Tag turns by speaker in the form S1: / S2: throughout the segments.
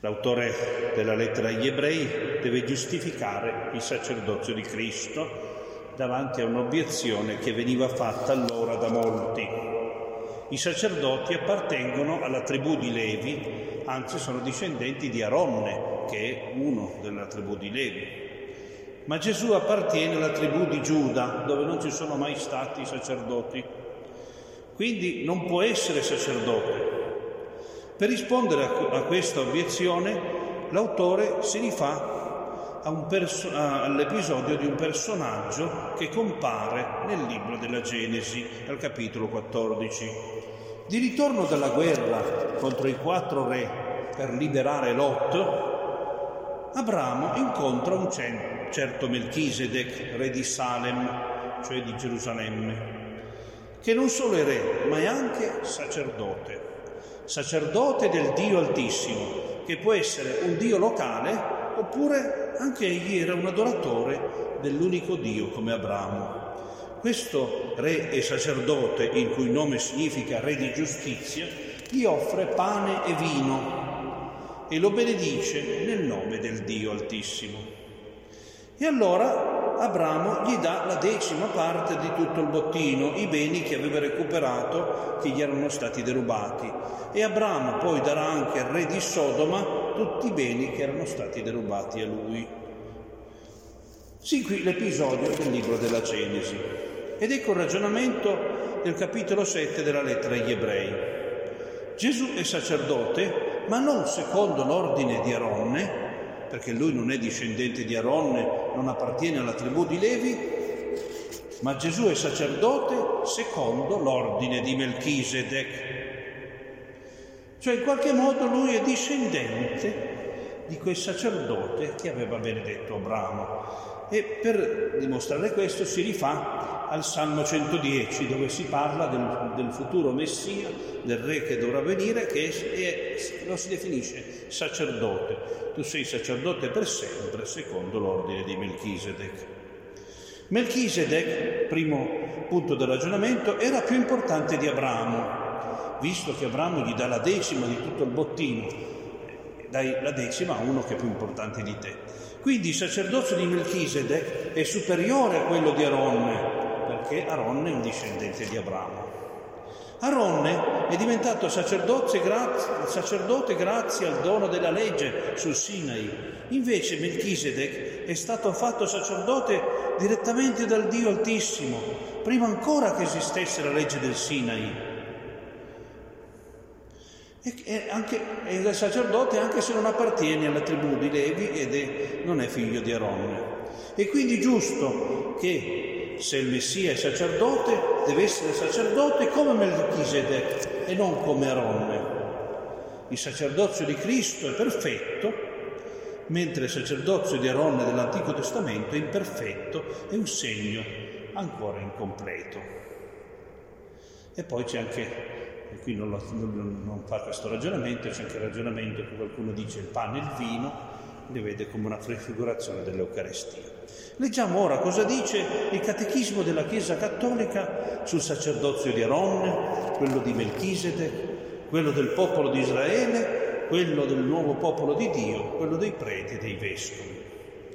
S1: L'autore della lettera agli Ebrei deve giustificare il sacerdozio di Cristo davanti a un'obiezione che veniva fatta allora da molti. I sacerdoti appartengono alla tribù di Levi, anzi sono discendenti di Aronne, che è uno della tribù di Levi. Ma Gesù appartiene alla tribù di Giuda, dove non ci sono mai stati sacerdoti. Quindi non può essere sacerdote. Per rispondere a questa obiezione, l'autore si rifà all'episodio di un personaggio che compare nel libro della Genesi, al capitolo 14. Di ritorno dalla guerra contro i 4 re per liberare Lot, Abramo incontra un certo Melchisedec, re di Salem, cioè di Gerusalemme, che non solo è re, ma è anche sacerdote del Dio Altissimo, che può essere un Dio locale, oppure anche egli era un adoratore dell'unico Dio come Abramo. Questo re e sacerdote, il cui nome significa re di giustizia, gli offre pane e vino e lo benedice nel nome del Dio Altissimo. E allora Abramo gli dà la 10ª parte di tutto il bottino, i beni che aveva recuperato, che gli erano stati derubati. E Abramo poi darà anche al re di Sodoma tutti i beni che erano stati derubati a lui. Sì, qui l'episodio del libro della Genesi. Ed ecco il ragionamento del capitolo 7 della lettera agli Ebrei. Gesù è sacerdote, ma non secondo l'ordine di Aronne, perché lui non è discendente di Aronne, non appartiene alla tribù di Levi, ma Gesù è sacerdote secondo l'ordine di Melchisedec. Cioè in qualche modo lui è discendente di quel sacerdote che aveva benedetto Abramo. E per dimostrare questo si rifà al Salmo 110, dove si parla del futuro Messia, del re che dovrà venire, che lo si definisce sacerdote. Tu sei sacerdote per sempre, secondo l'ordine di Melchisedec. Melchisedec, primo punto del ragionamento, era più importante di Abramo, visto che Abramo gli dà la 10ª di tutto il bottino, dai la 10ª a uno che è più importante di te. Quindi il sacerdozio di Melchisedec è superiore a quello di Aronne, perché Aronne è un discendente di Abramo. Aronne è diventato sacerdote grazie al dono della legge sul Sinai. Invece Melchisedec è stato fatto sacerdote direttamente dal Dio Altissimo, prima ancora che esistesse la legge del Sinai. È sacerdote anche se non appartiene alla tribù di Levi non è figlio di Aronne. E quindi è giusto che se il Messia è sacerdote, deve essere sacerdote come Melchisedec e non come Aronne. Il sacerdozio di Cristo è perfetto, mentre il sacerdozio di Aronne dell'Antico Testamento è imperfetto, è un segno ancora incompleto. E poi c'è anche, e qui non fa questo ragionamento, c'è anche il ragionamento che qualcuno dice il pane e il vino, li vede come una prefigurazione dell'Eucaristia. Leggiamo ora cosa dice il Catechismo della Chiesa Cattolica sul sacerdozio di Aronne, quello di Melchisedec, quello del popolo di Israele, quello del nuovo popolo di Dio, quello dei preti e dei vescovi.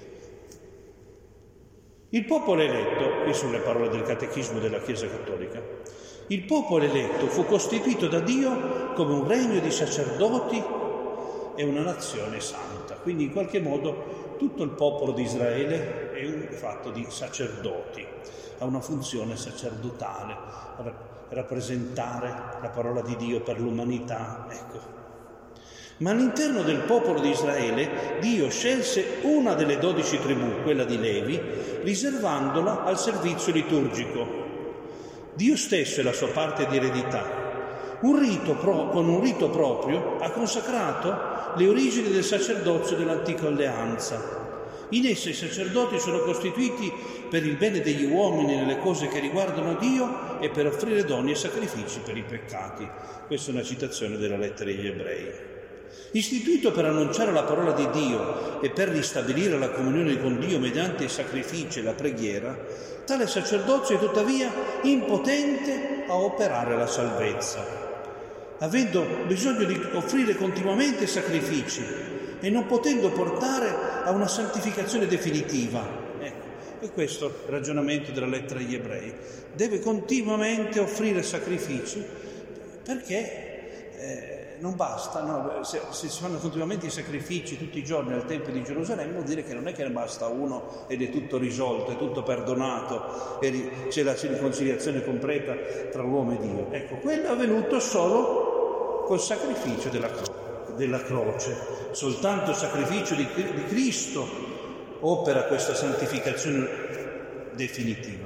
S1: Il popolo eletto, qui sono le parole del Catechismo della Chiesa Cattolica, il popolo eletto fu costituito da Dio come un regno di sacerdoti e una nazione santa. Quindi in qualche modo tutto il popolo di Israele è un fatto di sacerdoti, ha una funzione sacerdotale, rappresentare la parola di Dio per l'umanità, ecco. Ma all'interno del popolo di Israele Dio scelse una delle 12 tribù, quella di Levi, riservandola al servizio liturgico. Dio stesso è la sua parte di eredità. Con un rito proprio ha consacrato le origini del sacerdozio dell'antica alleanza. In essa i sacerdoti sono costituiti per il bene degli uomini nelle cose che riguardano Dio e per offrire doni e sacrifici per i peccati. Questa è una citazione della lettera agli Ebrei. Istituito per annunciare la parola di Dio e per ristabilire la comunione con Dio mediante i sacrifici e la preghiera, tale sacerdozio è tuttavia impotente a operare la salvezza. avendo bisogno di offrire continuamente sacrifici e non potendo portare a una santificazione definitiva. E questo è il ragionamento della lettera agli Ebrei. Deve continuamente offrire sacrifici perché non basta, no? Se si fanno continuamente i sacrifici tutti i giorni al Tempio di Gerusalemme, vuol dire che non è che ne basta uno ed è tutto risolto, è tutto perdonato e c'è la riconciliazione completa tra l'uomo e Dio. Ecco, quello è avvenuto solo col sacrificio della croce. Soltanto il sacrificio di Cristo opera questa santificazione definitiva.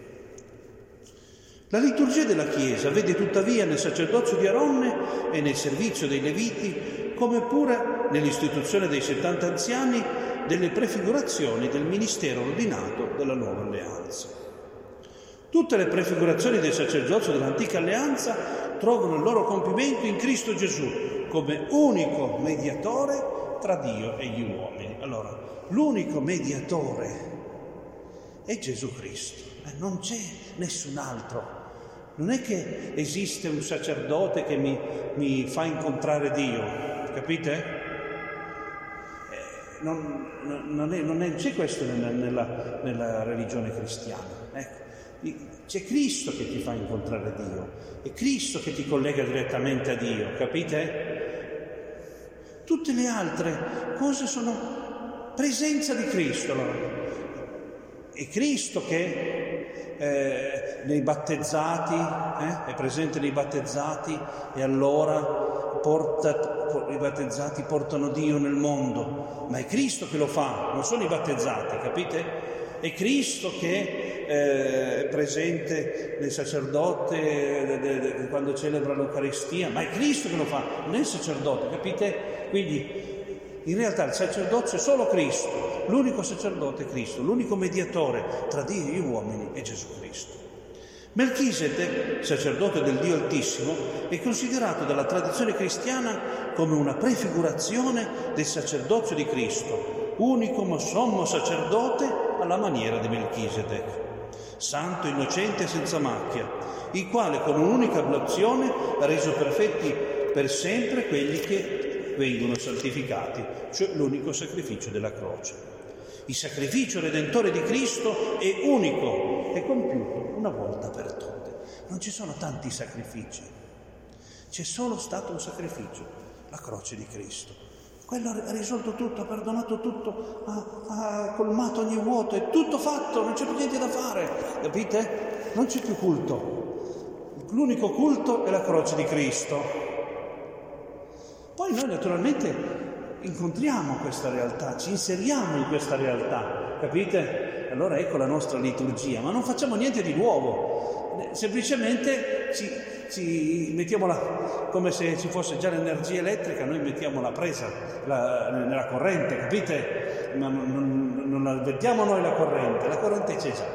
S1: La liturgia della Chiesa vede tuttavia nel sacerdozio di Aronne e nel servizio dei Leviti, come pure nell'istituzione dei 70 anziani, delle prefigurazioni del ministero ordinato della nuova alleanza. Tutte le prefigurazioni del sacerdozio dell'antica alleanza trovano il loro compimento in Cristo Gesù, come unico mediatore tra Dio e gli uomini. Allora, l'unico mediatore è Gesù Cristo, non c'è nessun altro. Non è che esiste un sacerdote che mi fa incontrare Dio, capite? Non c'è questo nella religione cristiana. Ecco. C'è Cristo che ti fa incontrare Dio, è Cristo che ti collega direttamente a Dio, capite? Tutte le altre cose sono presenza di Cristo. Allora. È Cristo che nei battezzati, è presente nei battezzati e allora i battezzati portano Dio nel mondo, ma è Cristo che lo fa, non sono i battezzati, capite? È Cristo che è presente nel sacerdote quando celebra l'Eucaristia, ma è Cristo che lo fa, non è il sacerdote, capite? Quindi in realtà il sacerdozio è solo Cristo, l'unico sacerdote è Cristo, l'unico mediatore tra Dio e gli uomini è Gesù Cristo. Melchisedec, sacerdote del Dio Altissimo, è considerato dalla tradizione cristiana come una prefigurazione del sacerdozio di Cristo, unico sommo sacerdote alla maniera di Melchisedec, santo, innocente e senza macchia, il quale con un'unica ablazione ha reso perfetti per sempre quelli che vengono santificati, cioè l'unico sacrificio della croce. Il sacrificio redentore di Cristo è unico e compiuto una volta per tutte. Non ci sono tanti sacrifici, c'è solo stato un sacrificio, la croce di Cristo. Quello ha risolto tutto, ha perdonato tutto, ha colmato ogni vuoto, è tutto fatto, non c'è più niente da fare, capite? Non c'è più culto. L'unico culto è la croce di Cristo. Poi noi naturalmente incontriamo questa realtà, ci inseriamo in questa realtà, capite? Allora ecco la nostra liturgia, ma non facciamo niente di nuovo, semplicemente ci mettiamo come se ci fosse già l'energia elettrica, noi mettiamo la presa nella corrente, capite? Ma non la vediamo noi la corrente c'è già.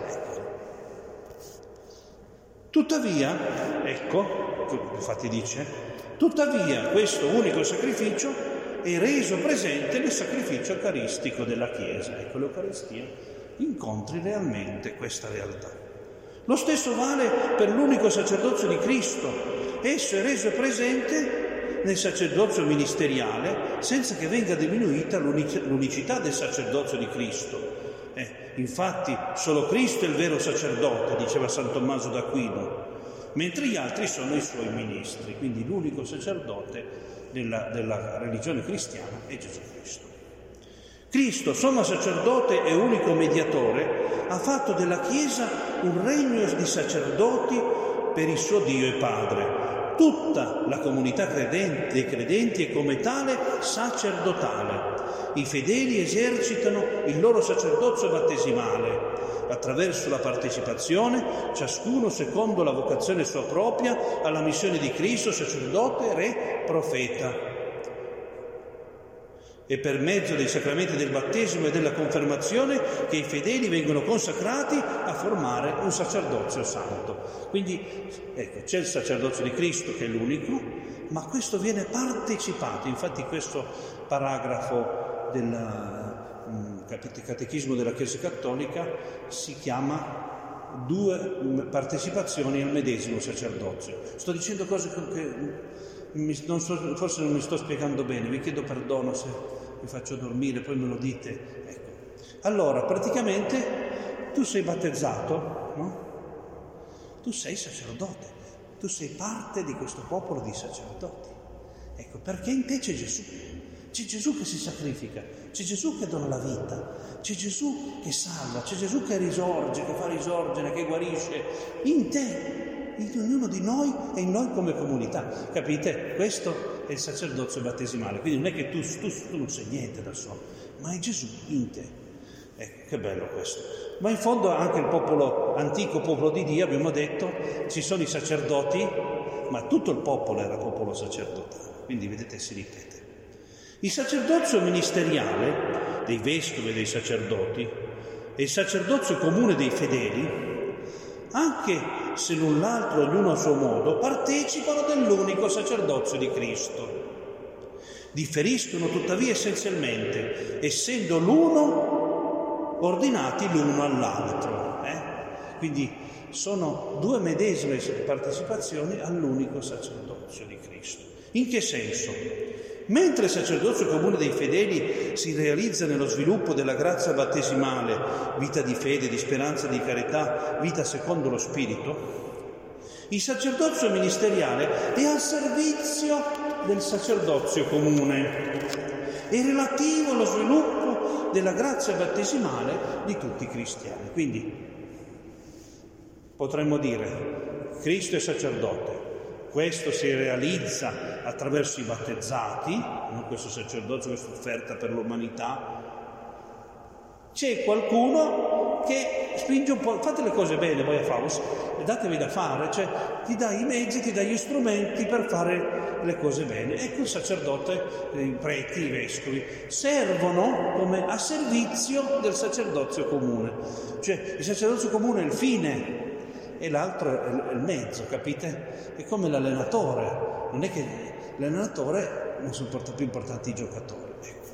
S1: Tuttavia, ecco, infatti dice, tuttavia questo unico sacrificio è reso presente nel sacrificio eucaristico della Chiesa. Ecco, l'Eucaristia incontri realmente questa realtà. Lo stesso vale per l'unico sacerdozio di Cristo. Esso è reso presente nel sacerdozio ministeriale senza che venga diminuita l'unicità del sacerdozio di Cristo. Infatti solo Cristo è il vero sacerdote, diceva San Tommaso d'Aquino, mentre gli altri sono i suoi ministri. Quindi l'unico sacerdote della religione cristiana è Gesù Cristo. Cristo, sommo sacerdote e unico mediatore, ha fatto della Chiesa un regno di sacerdoti per il suo Dio e Padre. Tutta la comunità dei credenti è come tale sacerdotale. I fedeli esercitano il loro sacerdozio battesimale attraverso la partecipazione, ciascuno secondo la vocazione sua propria, alla missione di Cristo, sacerdote, re, profeta. È per mezzo dei sacramenti del battesimo e della confermazione che i fedeli vengono consacrati a formare un sacerdozio santo. Quindi, ecco, c'è il sacerdozio di Cristo che è l'unico, ma questo viene partecipato. Infatti questo paragrafo del Catechismo della Chiesa Cattolica si chiama 2 partecipazioni al medesimo sacerdozio. Sto dicendo cose che forse non mi sto spiegando bene, vi chiedo perdono se vi faccio dormire, poi me lo dite. Ecco. Allora, praticamente tu sei battezzato, no? Tu sei sacerdote, tu sei parte di questo popolo di sacerdoti. Ecco, perché in te c'è Gesù. C'è Gesù che si sacrifica, c'è Gesù che dona la vita, c'è Gesù che salva, c'è Gesù che risorge, che fa risorgere, che guarisce in te, in ognuno di noi e in noi come comunità. Capite? Questo è il sacerdozio battesimale. Quindi non è che tu non sei niente da solo, ma è Gesù in te. Ecco, che bello questo. Ma in fondo anche il popolo, antico popolo di Dio, abbiamo detto, ci sono i sacerdoti, ma tutto il popolo era popolo sacerdotale. Quindi vedete, si ripete. Il sacerdozio ministeriale dei vescovi e dei sacerdoti e il sacerdozio comune dei fedeli, anche se l'un l'altro ognuno a suo modo, partecipano dell'unico sacerdozio di Cristo. Differiscono tuttavia essenzialmente, essendo l'uno ordinati l'uno all'altro. Quindi sono due medesime partecipazioni all'unico sacerdozio di Cristo. In che senso? Mentre il sacerdozio comune dei fedeli si realizza nello sviluppo della grazia battesimale, vita di fede, di speranza, di carità, vita secondo lo Spirito, il sacerdozio ministeriale è al servizio del sacerdozio comune, è relativo allo sviluppo della grazia battesimale di tutti i cristiani. Quindi potremmo dire, Cristo è sacerdote. Questo si realizza attraverso i battezzati, non questo sacerdozio, questa offerta per l'umanità. C'è qualcuno che spinge un po', fate le cose bene voi a Faust, datevi da fare, cioè ti dà i mezzi, ti dà gli strumenti per fare le cose bene. Ecco il sacerdote, i preti, i vescovi, servono come a servizio del sacerdozio comune. Cioè il sacerdozio comune è il fine, e l'altro è il mezzo, capite? È come l'allenatore, non è che l'allenatore non sono più importanti i giocatori, ecco.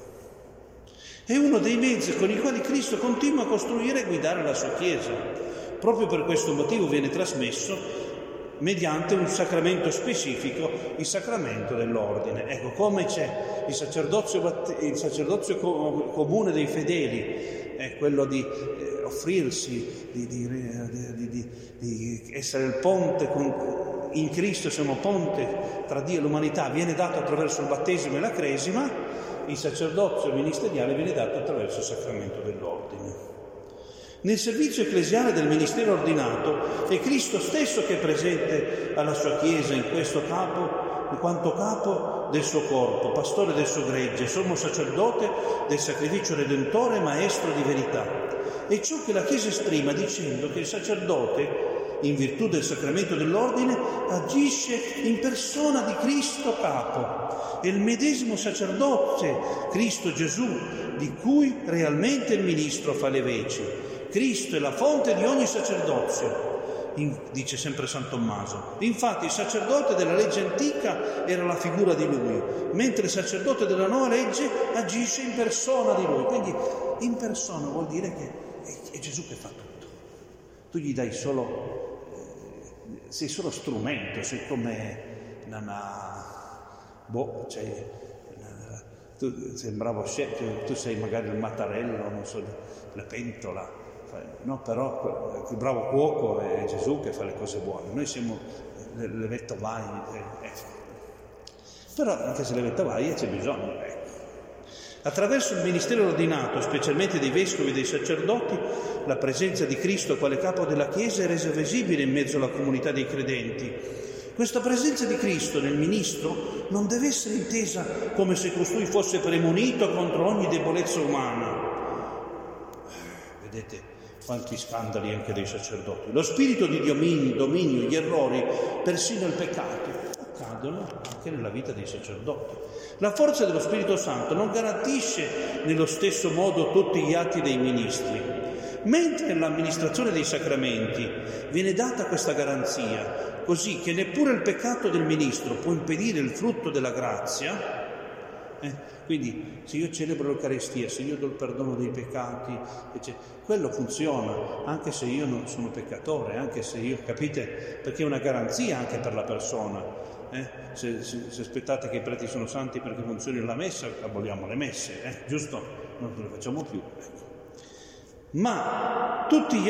S1: È uno dei mezzi con i quali Cristo continua a costruire e guidare la sua Chiesa. Proprio per questo motivo viene trasmesso mediante un sacramento specifico, il sacramento dell'ordine. Ecco, come c'è il sacerdozio comune dei fedeli, è quello di offrirsi, di essere il ponte, in Cristo siamo ponte tra Dio e l'umanità, viene dato attraverso il battesimo e la cresima. Il sacerdozio ministeriale viene dato attraverso il sacramento dell'ordine. Nel servizio ecclesiale del ministero ordinato è Cristo stesso che è presente alla sua Chiesa in questo capo, in quanto capo del suo corpo, pastore del suo gregge, sommo sacerdote del sacrificio redentore, maestro di verità. È ciò che la Chiesa esprima dicendo che il sacerdote, in virtù del sacramento dell'ordine, agisce in persona di Cristo capo. È il medesimo sacerdote, Cristo Gesù, di cui realmente il ministro fa le veci. Cristo è la fonte di ogni sacerdozio, dice sempre San Tommaso. Infatti il sacerdote della legge antica era la figura di lui, mentre il sacerdote della nuova legge agisce in persona di lui. Quindi in persona vuol dire che è Gesù che fa tutto. Tu gli dai sei solo strumento, sei come tu sembrava tu sei magari il mattarello, non so, la pentola, no? Però il bravo cuoco è Gesù che fa le cose buone, noi siamo le vettovaglie, però anche se le vettovaglie c'è bisogno, ecco. Attraverso il ministero ordinato, specialmente dei vescovi e dei sacerdoti, la presenza di Cristo quale capo della Chiesa è resa visibile in mezzo alla comunità dei credenti. Questa presenza di Cristo nel ministro non deve essere intesa come se costui fosse premunito contro ogni debolezza umana. Vedete quanti scandali anche dei sacerdoti. Lo spirito di dominio, gli errori, persino il peccato accadono anche nella vita dei sacerdoti. La forza dello Spirito Santo non garantisce nello stesso modo tutti gli atti dei ministri. Mentre nell'amministrazione dei sacramenti viene data questa garanzia, così che neppure il peccato del ministro può impedire il frutto della grazia. Quindi se io celebro l'Eucaristia, se io do il perdono dei peccati, quello funziona, anche se io non sono peccatore, anche se io, capite? Perché è una garanzia anche per la persona. Se aspettate che i preti sono santi perché funzioni la messa, aboliamo le messe, giusto? Non le facciamo più. Ma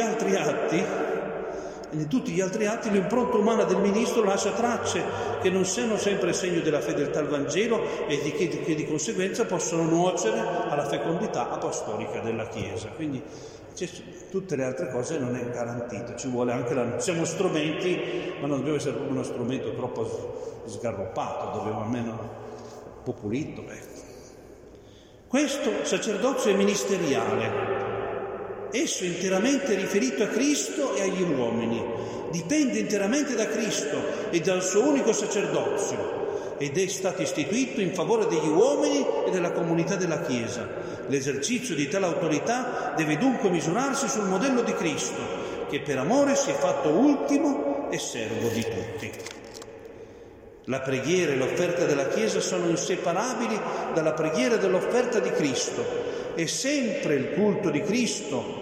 S1: in tutti gli altri atti l'impronta umana del ministro lascia tracce che non siano sempre segno della fedeltà al Vangelo e che di conseguenza possono nuocere alla fecondità apostolica della Chiesa. Quindi tutte le altre cose non è garantito, ci vuole anche siamo strumenti, ma non deve essere proprio uno strumento troppo sgarroppato, dove almeno un po' pulito. Questo sacerdozio è ministeriale. Esso è interamente riferito a Cristo e agli uomini, dipende interamente da Cristo e dal suo unico sacerdozio ed è stato istituito in favore degli uomini e della comunità della Chiesa. L'esercizio di tale autorità deve dunque misurarsi sul modello di Cristo, che per amore si è fatto ultimo e servo di tutti. La preghiera e l'offerta della Chiesa sono inseparabili dalla preghiera e dall'offerta di Cristo. È sempre il culto di Cristo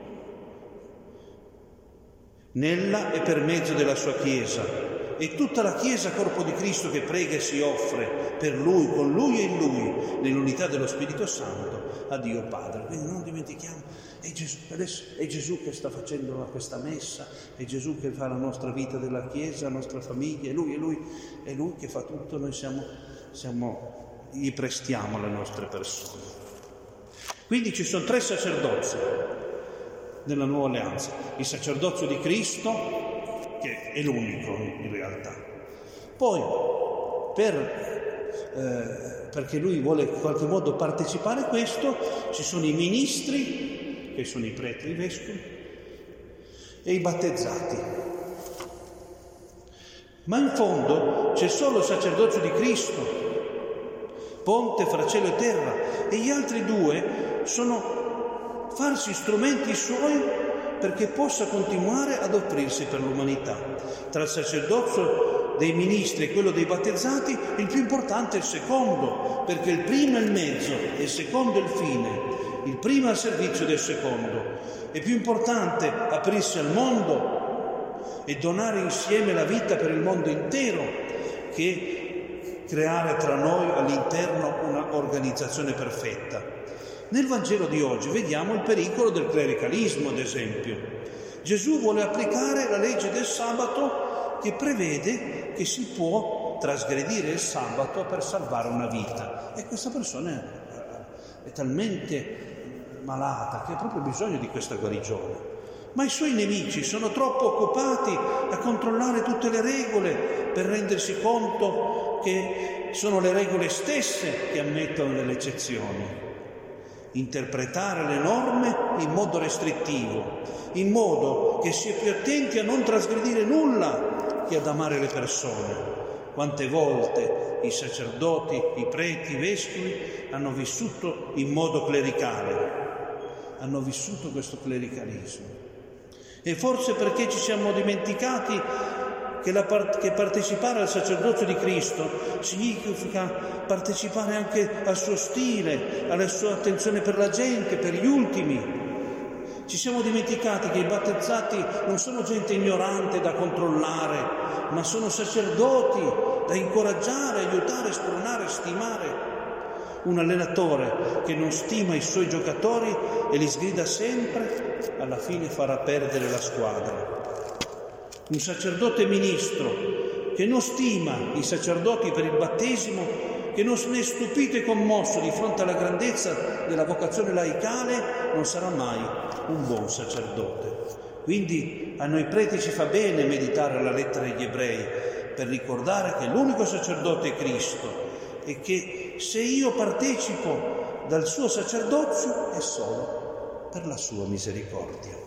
S1: nella e per mezzo della sua Chiesa. È tutta la Chiesa corpo di Cristo che prega e si offre per Lui, con Lui e in Lui, nell'unità dello Spirito Santo, a Dio Padre. Quindi non dimentichiamo, adesso è Gesù che sta facendo questa messa, è Gesù che fa la nostra vita della Chiesa, la nostra famiglia, è Lui che fa tutto, noi gli prestiamo le nostre persone. Quindi ci sono 3 sacerdozi nella nuova alleanza: il sacerdozio di Cristo, che è l'unico in realtà, poi perché lui vuole in qualche modo partecipare a questo, ci sono i ministri, che sono i preti e i vescovi, e i battezzati. Ma in fondo c'è solo il sacerdozio di Cristo, ponte fra cielo e terra, e gli altri 2 sono farsi strumenti suoi perché possa continuare ad offrirsi per l'umanità. Tra il sacerdozio dei ministri e quello dei battezzati, il più importante è il secondo, perché il primo è il mezzo e il secondo è il fine. Il primo è al servizio del secondo. È più importante aprirsi al mondo e donare insieme la vita per il mondo intero che creare tra noi all'interno una organizzazione perfetta. Nel Vangelo di oggi vediamo il pericolo del clericalismo, ad esempio. Gesù vuole applicare la legge del sabato che prevede che si può trasgredire il sabato per salvare una vita. E questa persona è talmente malata che ha proprio bisogno di questa guarigione. Ma i suoi nemici sono troppo occupati a controllare tutte le regole per rendersi conto che sono le regole stesse che ammettono delle eccezioni. Interpretare le norme in modo restrittivo, in modo che si è più attenti a non trasgredire nulla che ad amare le persone. Quante volte i sacerdoti, i preti, i vescovi hanno vissuto in modo clericale, hanno vissuto questo clericalismo. E forse perché ci siamo dimenticati che partecipare al sacerdozio di Cristo significa partecipare anche al suo stile, alla sua attenzione per la gente, per gli ultimi. Ci siamo dimenticati che i battezzati non sono gente ignorante da controllare, ma sono sacerdoti da incoraggiare, aiutare, spronare, stimare. Un allenatore che non stima i suoi giocatori e li sgrida sempre, alla fine farà perdere la squadra. Un sacerdote ministro che non stima i sacerdoti per il battesimo, che non è stupito e commosso di fronte alla grandezza della vocazione laicale, non sarà mai un buon sacerdote. Quindi a noi preti ci fa bene meditare la lettera agli Ebrei per ricordare che l'unico sacerdote è Cristo e che se io partecipo dal suo sacerdozio è solo per la sua misericordia.